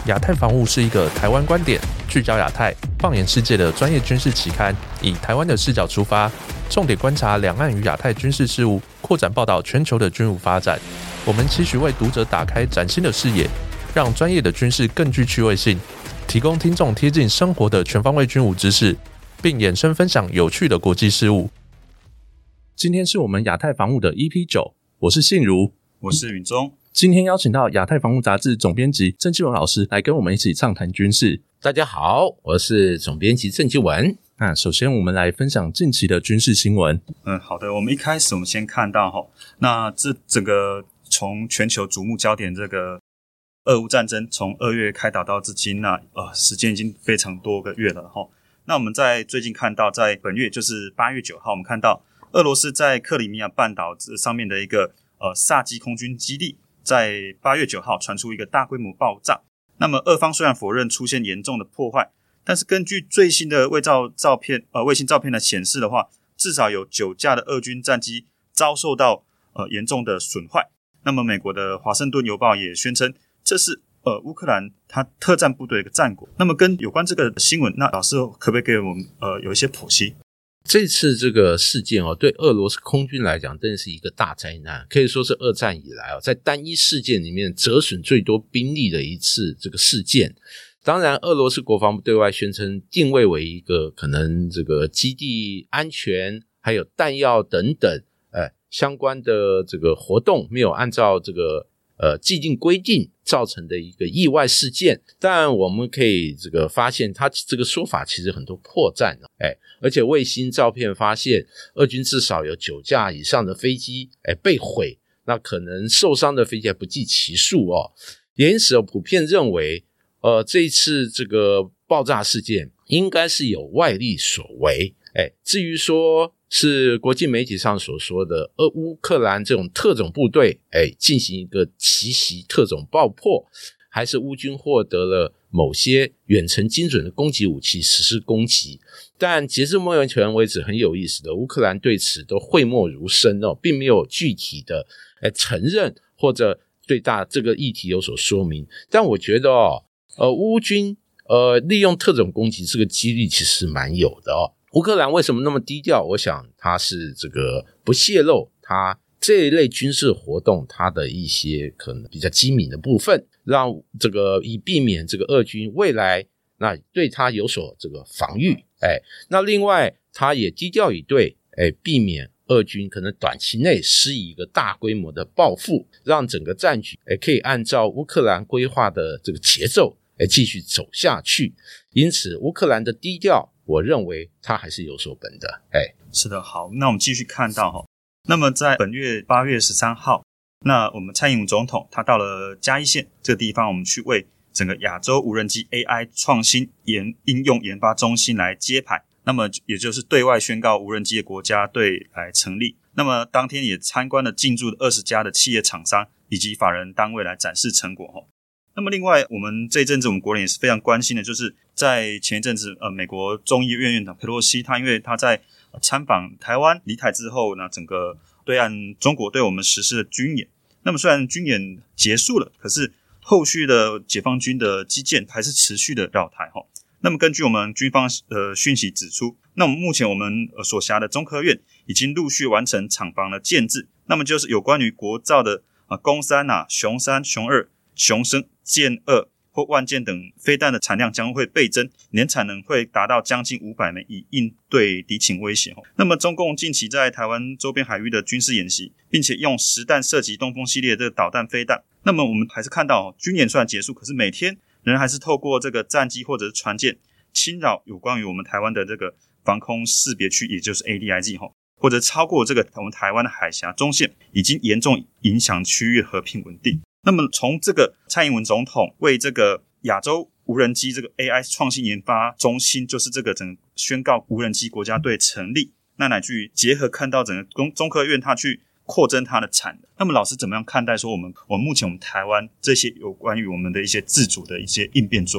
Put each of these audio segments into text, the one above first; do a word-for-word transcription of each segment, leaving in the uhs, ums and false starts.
亚太防务是一个台湾观点、聚焦亚太、放眼世界的专业军事期刊，以台湾的视角出发，重点观察两岸与亚太军事事务，扩展报道全球的军武发展。我们期许为读者打开崭新的视野，让专业的军事更具趣味性，提供听众贴近生活的全方位军武知识，并衍生分享有趣的国际事务。今天是我们亚太防务的 E P 九，我是信如， 我是允中。 今天邀请到亚太防务杂志总编辑郑继文老师来跟我们一起畅谈军事。 大家好，我是总编辑郑继文。 那首先我们来分享近期的军事新闻。 嗯，好的，我们一开始我们先看到齁，那这整个从全球瞩目焦点这个俄乌战争从二月开打到至今，那呃时间已经非常多个月了齁。那我们在最近看到，在本月就是八月九号，我们看到俄罗斯在克里米亚半岛上面的一个呃萨基空军基地，在八月九号传出一个大规模爆炸。那么俄方虽然否认出现严重的破坏，但是根据最新的卫照照片呃卫星照片的显示的话，至少有九架的俄军战机遭受到呃严重的损坏。那么美国的华盛顿邮报也宣称，这是呃乌克兰它特战部队的一个战果。那么跟有关这个新闻，那老师可不可以给我们呃有一些剖析？ 这次这个事件哦，对俄罗斯空军来讲，真的是一个大灾难，可以说是二战以来哦，在单一事件里面折损最多兵力的一次这个事件。当然，俄罗斯国防部对外宣称定位为一个可能这个基地安全还有弹药等等，呃，相关的这个活动没有按照这个呃既定规定造成的一个意外事件。但我们可以这个发现，它这个说法其实很多破绽哦，哎，而且卫星照片发现，俄军至少有九架以上的飞机哎被毁，那可能受伤的飞机还不计其数哦。也因此普遍认为，呃，这一次这个爆炸事件应该是有外力所为。哎，至于说是国际媒体上所说的俄乌克兰这种特种部队哎进行一个奇袭特种爆破，还是乌军获得了某些远程精准的攻击武器实施攻击。但截至目前为止，很有意思的，乌克兰对此都讳莫如深哦，并没有具体的哎承认或者对大这个议题有所说明。但我觉得哦，呃，乌军呃利用特种攻击这个几率其实蛮有的哦。乌克兰为什么那么低调？我想它是这个不泄露它这一类军事活动它的一些可能比较机敏的部分，让这个以避免这个俄军未来那对它有所这个防御。哎，那另外它也低调以对，哎，避免俄军可能短期内施以一个大规模的报复，让整个战局哎可以按照乌克兰规划的这个节奏哎继续走下去。因此乌克兰的低调，我认为它还是有所本的。哎， 是的，好，那我们继续看到齁，那么在本月八月十三号，那我们蔡英文总统他到了嘉义县这个地方，我们去为整个亚洲无人机 A I 创新研应用研发中心来揭牌，那么也就是对外宣告无人机的国家队来成立。那么当天也参观了进驻的二十家的企业厂商以及法人单位来展示成果齁。那么另外我们这一阵子我们国人也是非常关心的，就是在前一阵子呃美国众议院院长佩洛西，他因为他在参访台湾离台之后呢，整个对岸中国对我们实施的军演，那么虽然军演结束了，可是后续的解放军的基建还是持续的绕台齁。那么根据我们军方的讯息指出，那么目前我们所辖的中科院已经陆续完成厂房的建制，那么就是有关于国造的呃弓三啊、雄三、雄二、雄升、剑二或万箭等飞弹的产量将会倍增，年产能会达到将近五百枚，以应对敌情威胁。那么中共近期在台湾周边海域的军事演习，并且用实弹射击东风系列的导弹飞弹。那么我们还是看到军演虽然结束，可是每天人还是透过这个战机或者是船舰侵扰有关于我们台湾的这个防空识别区，也就是 A D I G， 或者超过这个我们台湾的海峡中线，已经严重影响区域和平稳定。那么从这个蔡英文总统为这个亚洲无人机这个 A I 创新研发中心，就是这个整个宣告无人机国家队成立，那乃至于结合看到整个中科院它去扩增它的产能。那么老师怎么样看待说我们我们目前我们台湾这些有关于我们的一些自主的一些应变作为？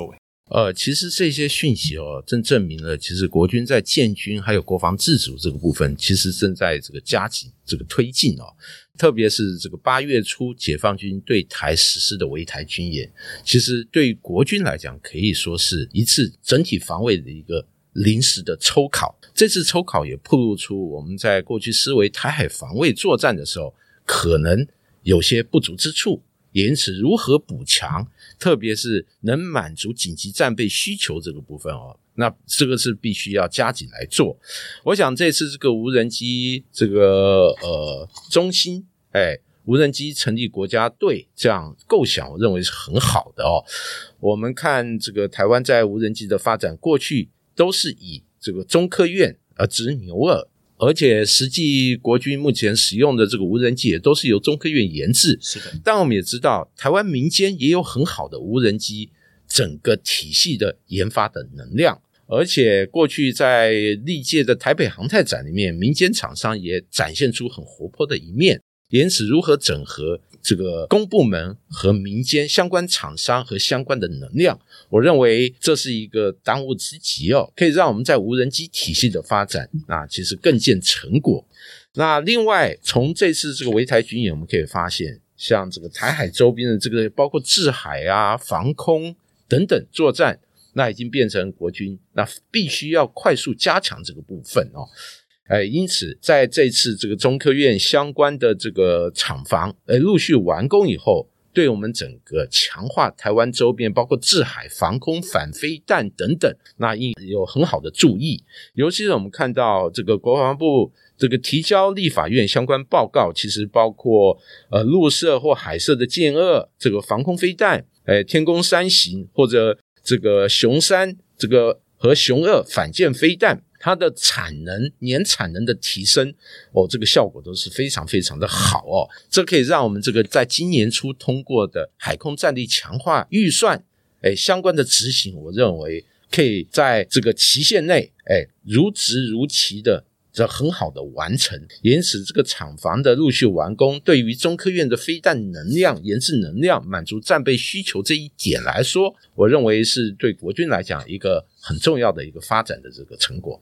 呃，其实这些讯息哦，正证明了，其实国军在建军还有国防自主这个部分，其实正在这个加紧这个推进哦。特别是这个八月初解放军对台实施的围台军演，其实对于国军来讲，可以说是一次整体防卫的一个临时的抽考。这次抽考也暴露出我们在过去思维台海防卫作战的时候，可能有些不足之处。因此如何补强，特别是能满足紧急战备需求这个部分哦，那这个是必须要加紧来做。我想这次这个无人机这个呃中心哎无人机成立国家队这样构想，我认为是很好的哦。我们看这个台湾在无人机的发展，过去都是以这个中科院而执牛耳，而且实际国军目前使用的这个无人机也都是由中科院研制。 是的， 但我们也知道台湾民间也有很好的无人机整个体系的研发的能量，而且过去在历届的台北航太展里面，民间厂商也展现出很活泼的一面。因此如何整合这个公部门和民间相关厂商和相关的能量，我认为这是一个当务之急哦，可以让我们在无人机体系的发展那其实更见成果。那另外从这次这个围台军演，我们可以发现像这个台海周边的这个包括制海啊、防空等等作战，那已经变成国军那必须要快速加强这个部分哦。呃，因此在这次这个中科院相关的这个厂房呃陆续完工以后，对我们整个强化台湾周边包括制海、防空、反飞弹等等，那应有很好的注意。尤其是我们看到这个国防部这个提交立法院相关报告，其实包括呃陆射或海射的剑二这个防空飞弹，呃天弓三型或者这个雄三这个和雄二反舰飞弹，它的产能年产能的提升哦，这个效果都是非常非常的好哦。这可以让我们这个在今年初通过的海空战力强化预算诶相关的执行，我认为可以在这个期限内诶如职如期的这很好的完成。因此这个厂房的陆续完工，对于中科院的飞弹能量、研制能量、满足战备需求这一点来说，我认为是对国军来讲一个很重要的一个发展的这个成果。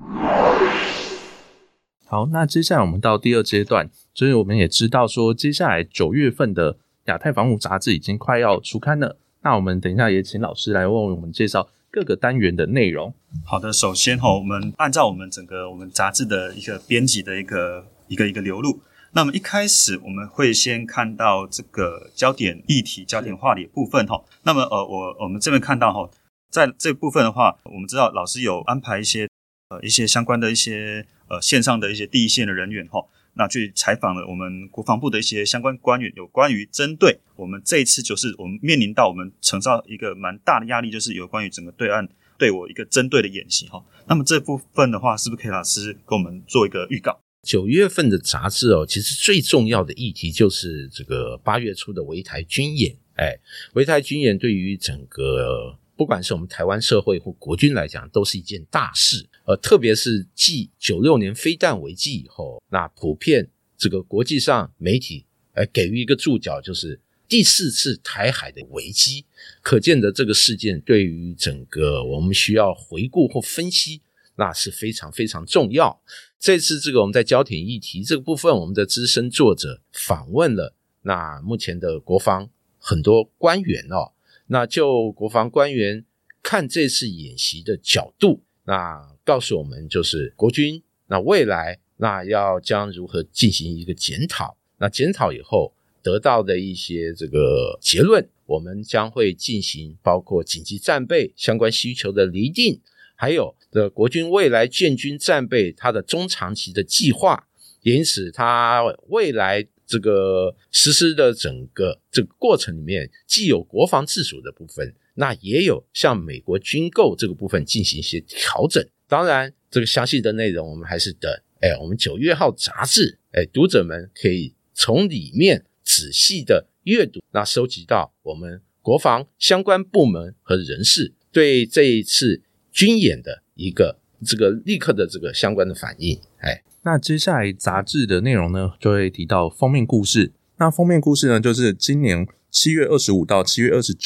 好，那接下来我们到第二阶段，就是我们也知道说接下来九月份的亚太防务杂志已经快要出刊了，那我们等一下也请老师来为我们介绍各个单元的内容。 好的，首先齁，我们按照我们整个我们杂志的一个编辑的一个一个一个流路，那么一开始我们会先看到这个焦点议题、焦点话题部分齁。那么呃，我我们这边看到齁，在这部分的话，我们知道老师有安排一些呃一些相关的一些呃线上的一些第一线的人员齁，那去采访了我们国防部的一些相关官员，有关于针对我们这一次就是我们面临到我们承受一个蛮大的压力，就是有关于整个对岸对我一个针对的演习齁。那么这部分的话，是不是可以老师跟我们做一个预告？ 九月份的杂志哦，其实最重要的议题就是这个八月初的围台军演。哎，围台军演对于整个不管是我们台湾社会或国军来讲，都是一件大事。呃，特别是继九六年飞弹危机以后，那普遍这个国际上媒体呃给予一个注脚，就是第四次台海的危机。可见的这个事件对于整个我们需要回顾或分析，那是非常非常重要。这次这个我们在焦点议题这个部分，我们的资深作者访问了那目前的国防很多官员哦，那就国防官员看这次演习的角度，那告诉我们就是国军那未来那要将如何进行一个检讨，那检讨以后得到的一些这个结论，我们将会进行包括紧急战备相关需求的厘定，还有的国军未来建军战备它的中长期的计划。因此它未来这个实施的整个这个过程里面，既有国防自主的部分，那也有向美国军购这个部分进行一些调整。当然这个详细的内容我们还是等哎，我们九月号杂志哎，读者们可以从里面仔细的阅读，那收集到我们国防相关部门和人士对这一次军演的一个这个立刻的这个相关的反应。哎， 那接下来杂志的内容呢，就会提到封面故事。那封面故事呢，就是今年七月二十五到七月二十九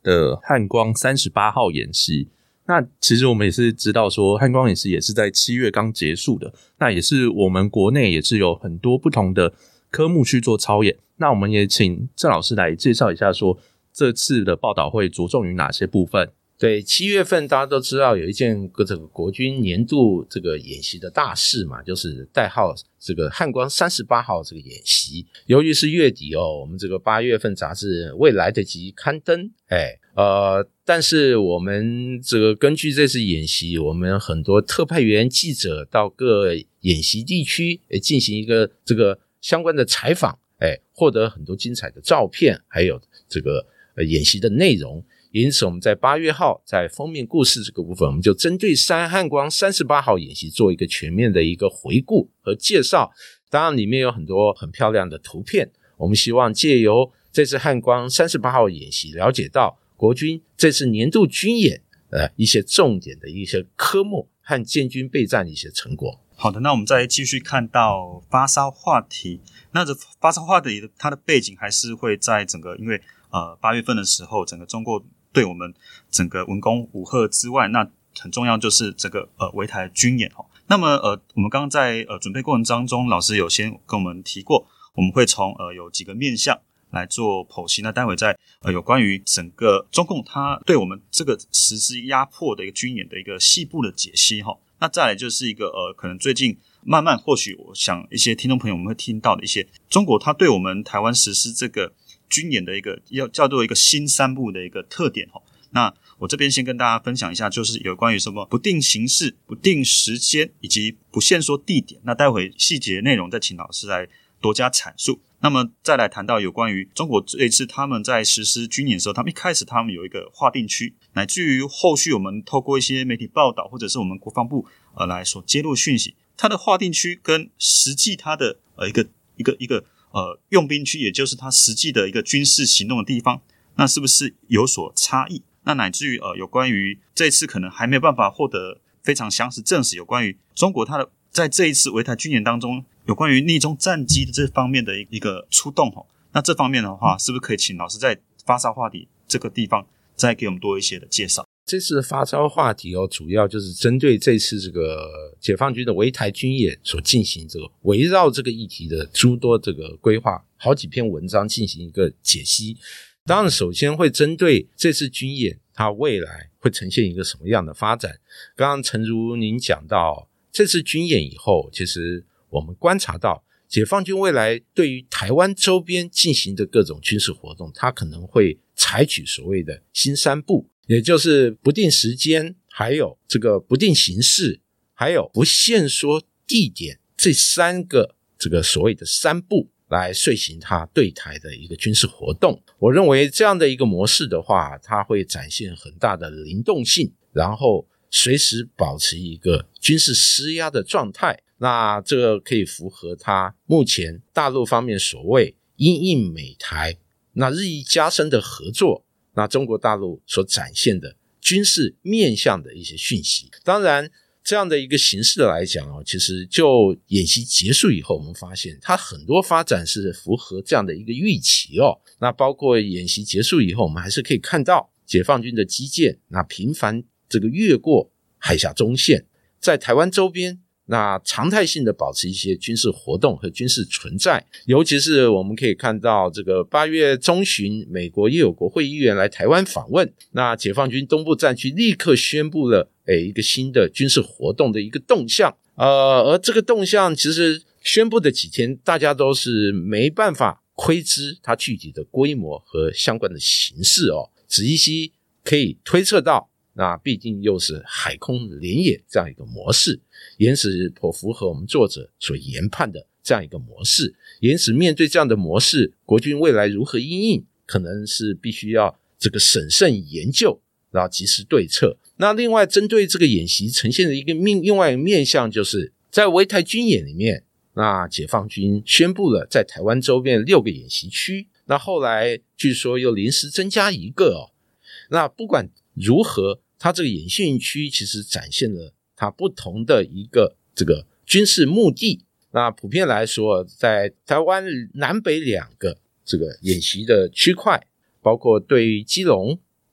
的汉光三十八号演习。那其实我们也是知道说汉光演习也是在七月刚结束的，那也是我们国内也是有很多不同的科目去做操演。那我们也请郑老师来介绍一下说这次的报道会着重于哪些部分。 对，七月份大家都知道有一件这个国军年度这个演习的大事嘛，就是代号这个汉光三十八号这个演习。由于是月底哦，我们这个八月份杂志未来得及刊登，哎，呃，但是我们这个根据这次演习，我们很多特派员记者到各演习地区，哎，进行一个这个相关的采访，哎，获得很多精彩的照片，还有这个呃演习的内容。因此我们在八月号在封面故事这个部分，我们就针对三汉光三十八号演习做一个全面的一个回顾和介绍。当然里面有很多很漂亮的图片，我们希望借由这次汉光三十八号演习了解到国军这次年度军演呃一些重点的一些科目和建军备战的一些成果。 好的，那我们再继续看到发烧话题。那这发烧话题它的背景还是会在整个，因为呃八月份的时候，整个中国对我们整个文攻武吓之外，那很重要就是这个呃围台军演。那么呃我们刚刚在呃准备过程当中，老师有先跟我们提过，我们会从呃有几个面向来做剖析。那待会在呃有关于整个中共它对我们这个实施压迫的一个军演的一个细部的解析齁。那再来就是一个呃可能最近慢慢或许我想一些听众朋友们会听到的一些中国它对我们台湾实施这个军演的一个要叫做一个新三不的一个特点齁。那我这边先跟大家分享一下，就是有关于什么不定形式、不定时间以及不限缩地点。那待会细节内容再请老师来多加阐述。那么再来谈到有关于中国这一次他们在实施军演的时候，他们一开始他们有一个划定区，乃至于后续我们透过一些媒体报道或者是我们国防部呃来所揭露讯息，它的划定区跟实际它的呃一个一个一个呃用兵区，也就是它实际的一个军事行动的地方，那是不是有所差异？那乃至于呃有关于这次可能还没有办法获得非常详实证实有关于中国它的在这一次围台军演当中有关于逆中战机的这方面的一个出动齁。那这方面的话，是不是可以请老师在发烧话题这个地方再给我们多一些的介绍？ 这次的发烧话题哦，主要就是针对这次这个解放军的围台军演所进行这个围绕这个议题的诸多这个规划，好几篇文章进行一个解析。当然首先会针对这次军演它未来会呈现一个什么样的发展。刚刚诚如您讲到，这次军演以后，其实我们观察到解放军未来对于台湾周边进行的各种军事活动，它可能会采取所谓的新三不，也就是不定时间，还有这个不定形式，还有不限缩地点，这三个这个所谓的三不来遂行它对台的一个军事活动。我认为这样的一个模式的话，它会展现很大的灵动性，然后随时保持一个军事施压的状态。那这个可以符合它目前大陆方面所谓因应美台那日益加深的合作，那中国大陆所展现的军事面向的一些讯息。当然这样的一个形式来讲哦，其实就演习结束以后，我们发现它很多发展是符合这样的一个预期哦。那包括演习结束以后，我们还是可以看到解放军的机舰那频繁这个越过海峡中线，在台湾周边那常态性的保持一些军事活动和军事存在。尤其是我们可以看到这个八月中旬，美国也有国会议员来台湾访问，那解放军东部战区立刻宣布了诶一个新的军事活动的一个动向。呃，而这个动向其实宣布的几天，大家都是没办法窥知它具体的规模和相关的形式哦，只依稀可以推测到那必定又是海空联演这样一个模式，因此颇符合我们作者所研判的这样一个模式。因此面对这样的模式，国军未来如何因应，可能是必须要这个审慎研究，然后及时对策。那另外针对这个演习呈现的一个面另外一个面向，就是在围台军演里面，那解放军宣布了在台湾周边六个演习区，那后来据说又临时增加一个哦。那不管如何，它这个演训区其实展现了它不同的一个这个军事目的。那普遍来说，在台湾南北两个这个演习的区块，包括对基隆、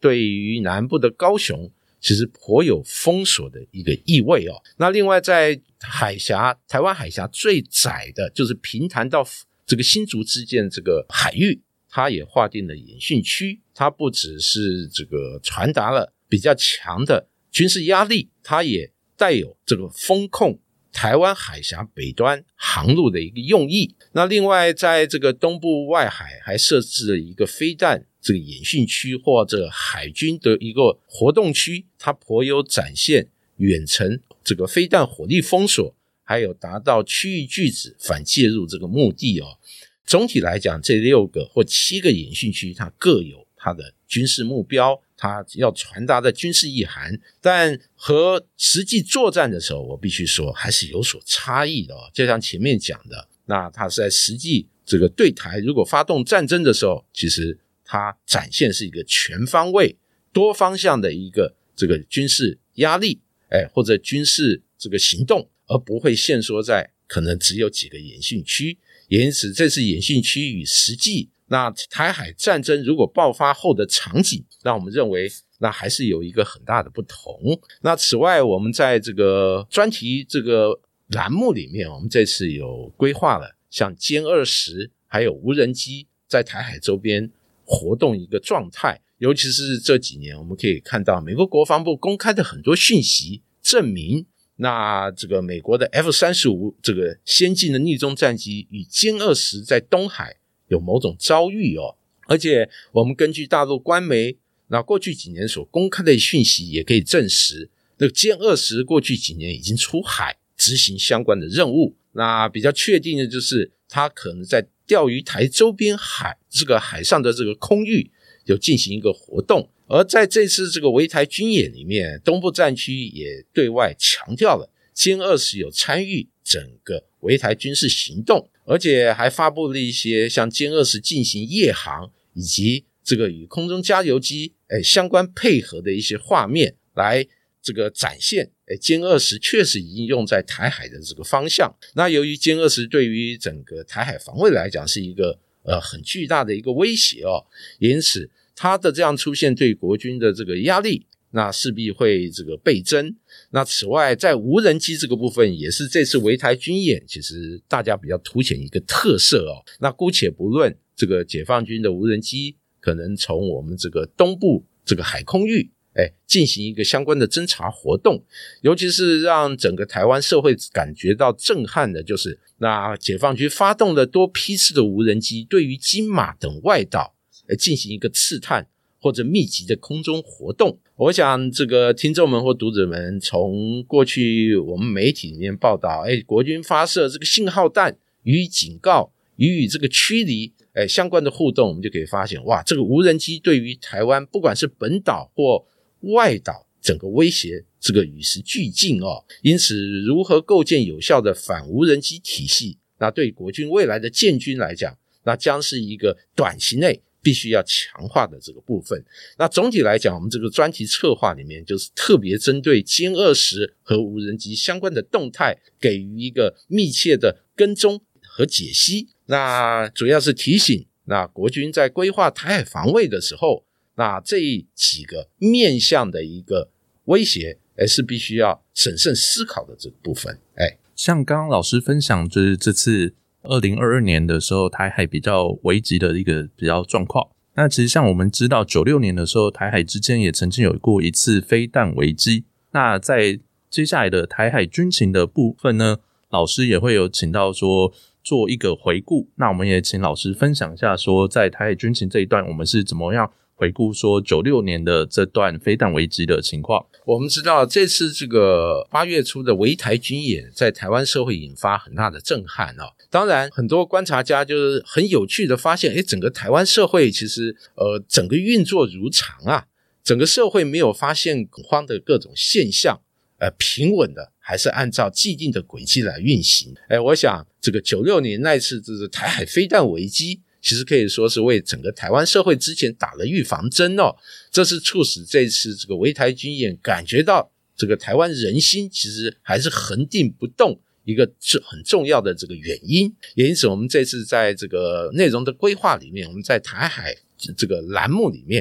对于南部的高雄其实颇有封锁的一个意味哦。那另外在海峡，台湾海峡最窄的就是平潭到这个新竹之间这个海域，它也划定了演训区，它不只是这个传达了比较强的军事压力，它也带有这个封控台湾海峡北端航路的一个用意。那另外在这个东部外海还设置了一个飞弹这个演训区或者海军的一个活动区，它颇有展现远程这个飞弹火力封锁，还有达到区域拒止反介入这个目的哦。总体来讲，这六个或七个演训区它各有它的军事目标，它要传达的军事意涵，但和实际作战的时候，我必须说还是有所差异的哦。就像前面讲的，那它是在实际这个对台如果发动战争的时候，其实它展现是一个全方位多方向的一个这个军事压力，哎，或者军事这个行动，而不会限缩在可能只有几个演训区。也因此这次演训区与实际那台海战争如果爆发后的场景，让我们认为那还是有一个很大的不同。那此外，我们在这个专题这个栏目里面，我们这次有规划了像歼二十还有无人机在台海周边活动一个状态。尤其是这几年我们可以看到美国国防部公开的很多讯息证明，那这个美国的 F 三十五 这个先进的逆中战机与歼二十在东海有某种遭遇哦。而且我们根据大陆官媒那过去几年所公开的讯息也可以证实，那个歼二十过去几年已经出海执行相关的任务。那比较确定的就是它可能在钓鱼台周边海这个海上的这个空域有进行一个活动。而在这次这个围台军演里面，东部战区也对外强调了歼二十有参与整个围台军事行动，而且还发布了一些像歼二十进行夜航以及这个与空中加油机诶相关配合的一些画面，来这个展现诶歼二十确实已经用在台海的这个方向。那由于歼二十对于整个台海防卫来讲是一个呃很巨大的一个威胁哦，因此它的这样出现对国军的这个压力，那势必会这个倍增。那此外，在无人机这个部分，也是这次围台军演其实大家比较凸显一个特色哦。那姑且不论这个解放军的无人机可能从我们这个东部这个海空域哎，进行一个相关的侦察活动，尤其是让整个台湾社会感觉到震撼的就是那解放军发动了多批次的无人机对于金马等外岛进行一个刺探或者密集的空中活动。我想这个听众们或读者们从过去我们媒体里面报道，哎，国军发射这个信号弹予以警告，予以这个驱离，哎，相关的互动，我们就可以发现，哇，这个无人机对于台湾不管是本岛或外岛整个威胁这个与时俱进哦。因此如何构建有效的反无人机体系，那对国军未来的建军来讲，那将是一个短期内必须要强化的这个部分。那总体来讲，我们这个专题策划里面就是特别针对歼二十和无人机相关的动态给予一个密切的跟踪和解析。那主要是提醒那国军在规划台海防卫的时候，那这几个面向的一个威胁是必须要审慎思考的这个部分。哎， 像刚刚老师分享就是这次二零二二年的时候台海比较危急的一个比较状况。那其实像我们知道九六年的时候台海之间也曾经有过一次飞弹危机。那在接下来的台海军情的部分呢，老师也会有请到说做一个回顾。那我们也请老师分享一下说在台海军情这一段我们是怎么样回顾说九六年的这段飞弹危机的情况。 我们知道这次这个八月初的围台军演在台湾社会引发很大的震撼哦。当然很多观察家就是很有趣的发现，诶，整个台湾社会其实呃整个运作如常啊，整个社会没有发现恐慌的各种现象，呃平稳的还是按照既定的轨迹来运行。诶，我想这个九六年那次这个台海飞弹危机其实可以说是为整个台湾社会之前打了预防针哦。这是促使这次这个围台军演感觉到这个台湾人心其实还是恒定不动一个很重要的这个原因。也因此我们这次在这个内容的规划里面，我们在台海这个栏目里面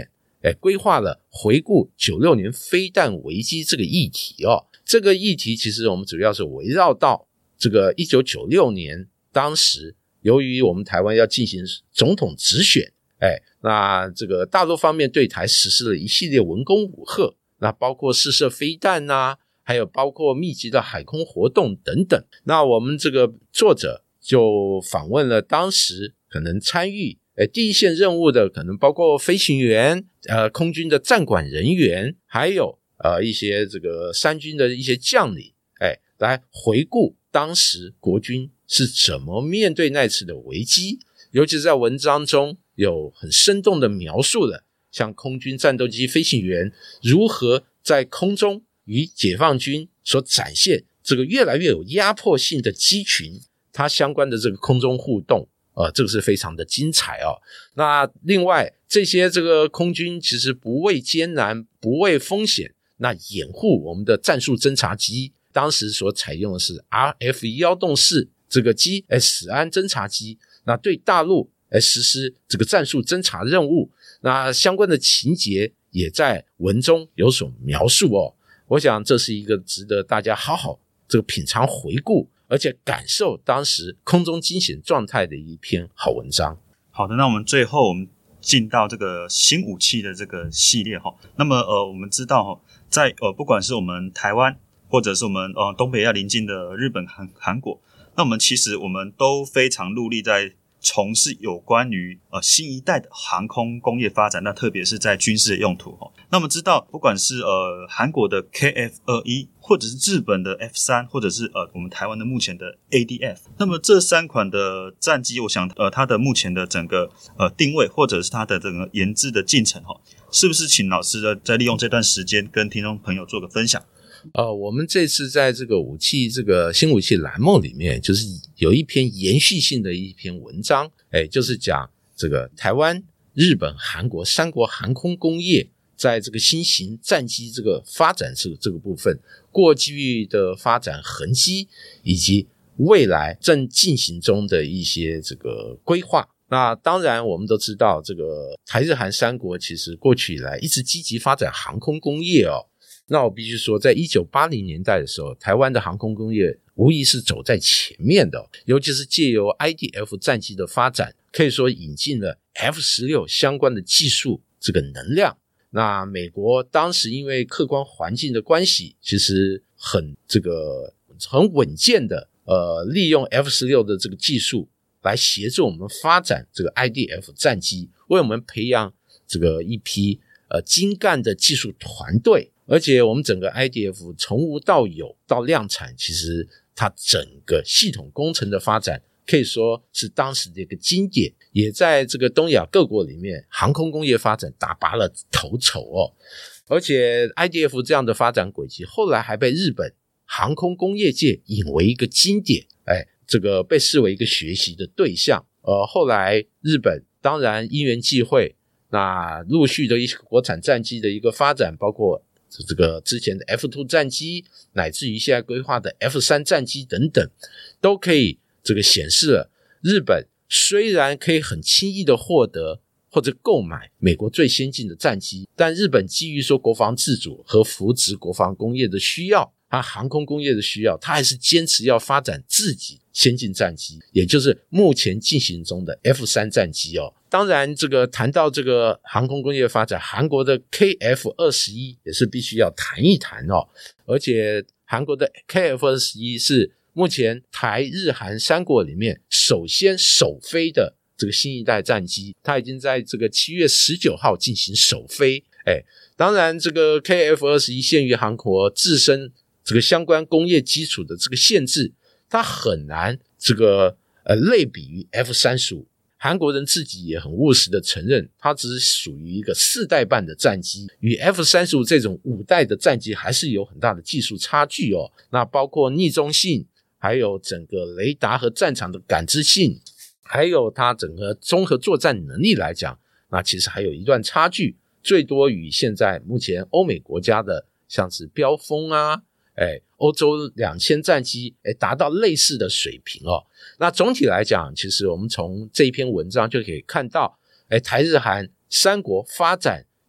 哎，规划了回顾九六年飞弹危机这个议题哦。这个议题其实我们主要是围绕到这个一九九六年，当时由于我们台湾要进行总统直选，哎，那这个大陆方面对台实施了一系列文攻武吓，那包括试射飞弹啊，还有包括密集的海空活动等等。那我们这个作者就访问了当时可能参与诶第一线任务的，可能包括飞行员、呃空军的战管人员，还有呃一些这个三军的一些将领，诶来回顾当时国军是怎么面对那次的危机。尤其是在文章中有很生动的描述了像空军战斗机飞行员如何在空中与解放军所展现这个越来越有压迫性的机群，它相关的这个空中互动，呃，这个是非常的精彩哦。那另外这些这个空军其实不畏艰难，不畏风险，那掩护我们的战术侦察机，当时所采用的是 R F 一洞四这个机，诶史安侦察机，那对大陆来实施这个战术侦察任务，那相关的情节也在文中有所描述哦。我想这是一个值得大家好好这个品尝回顾，而且感受当时空中惊险状态的一篇好文章。 好的，那我们最后我们进到这个新武器的这个系列哈。那么呃，我们知道哈，在呃不管是我们台湾或者是我们呃东北亚邻近的日本、韩韩国，那我们其实我们都非常努力在从事有关于呃新一代的航空工业发展，那特别是在军事的用途齁。那我们知道，不管是呃韩国的 K F 二十一， 或者是日本的 F 三， 或者是呃我们台湾的目前的 A D F， 那么这三款的战机，我想呃它的目前的整个呃定位，或者是它的整个研制的进程齁，是不是请老师再利用这段时间跟听众朋友做个分享？ 呃，我们这次在这个武器这个新武器栏目里面，就是有一篇延续性的一篇文章，哎，就是讲这个台湾、日本、韩国三国航空工业在这个新型战机这个发展这个这个部分，过去的发展痕迹，以及未来正进行中的一些这个规划。那当然我们都知道，这个台日韩三国其实过去以来一直积极发展航空工业哦。那我必须说，在一九八零年代的时候，台湾的航空工业无疑是走在前面的，尤其是借由 I D F 战机的发展，可以说引进了 F 十六 相关的技术这个能量。那美国当时因为客观环境的关系，其实很这个很稳健的呃利用 F 十六 的这个技术来协助我们发展这个 I D F 战机，为我们培养这个一批呃精干的技术团队。而且我们整个 I D F 从无到有到量产，其实它整个系统工程的发展可以说是当时的一个经典，也在这个东亚各国里面航空工业发展打拔了头筹哦。而且 I D F 这样的发展轨迹后来还被日本航空工业界引为一个经典，哎，这个被视为一个学习的对象。呃，后来日本当然因缘际会，那陆续的一些国产战机的一个发展，包括这个之前的 F 二 战机，乃至于现在规划的 F 三 战机等等，都可以这个显示了日本虽然可以很轻易的获得或者购买美国最先进的战机，但日本基于说国防自主和扶植国防工业的需要，它航空工业的需要，它还是坚持要发展自己先进战机，也就是目前进行中的 F 三 战机哦。当然这个谈到这个航空工业发展，韩国的 K F 二十一 也是必须要谈一谈哦。而且韩国的 K F 二十一 是目前台日韩三国里面首先首飞的这个新一代战机，它已经在这个七月十九号进行首飞。哎，当然这个 K F 二十一 限于韩国自身这个相关工业基础的这个限制，它很难这个呃类比于 F 三十五。韩国人自己也很务实的承认，它只是属于一个四代半的战机，与 F 三十五 这种五代的战机还是有很大的技术差距哦。那包括逆中性，还有整个雷达和战场的感知性，还有它整个综合作战能力来讲，那其实还有一段差距，最多与现在目前欧美国家的像是标风啊，哎，欧洲两千战机哎达到类似的水平哦。那总体来讲，其实我们从这一篇文章就可以看到，哎，台日韩三国发展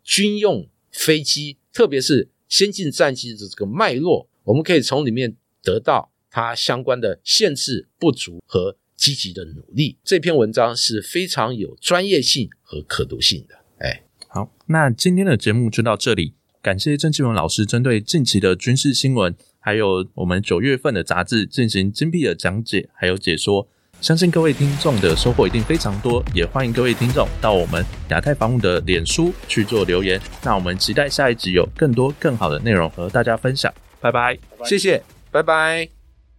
军用飞机，特别是先进战机的这个脉络，我们可以从里面得到它相关的限制、不足和积极的努力。这篇文章是非常有专业性和可读性的。哎， 好，那今天的节目就到这里，感谢郑继文老师针对近期的军事新闻，还有我们九月份的杂志进行精辟的讲解还有解说，相信各位听众的收获一定非常多，也欢迎各位听众到我们亚太防务的脸书去做留言。那我们期待下一集有更多更好的内容和大家分享，拜拜， 谢谢，拜拜。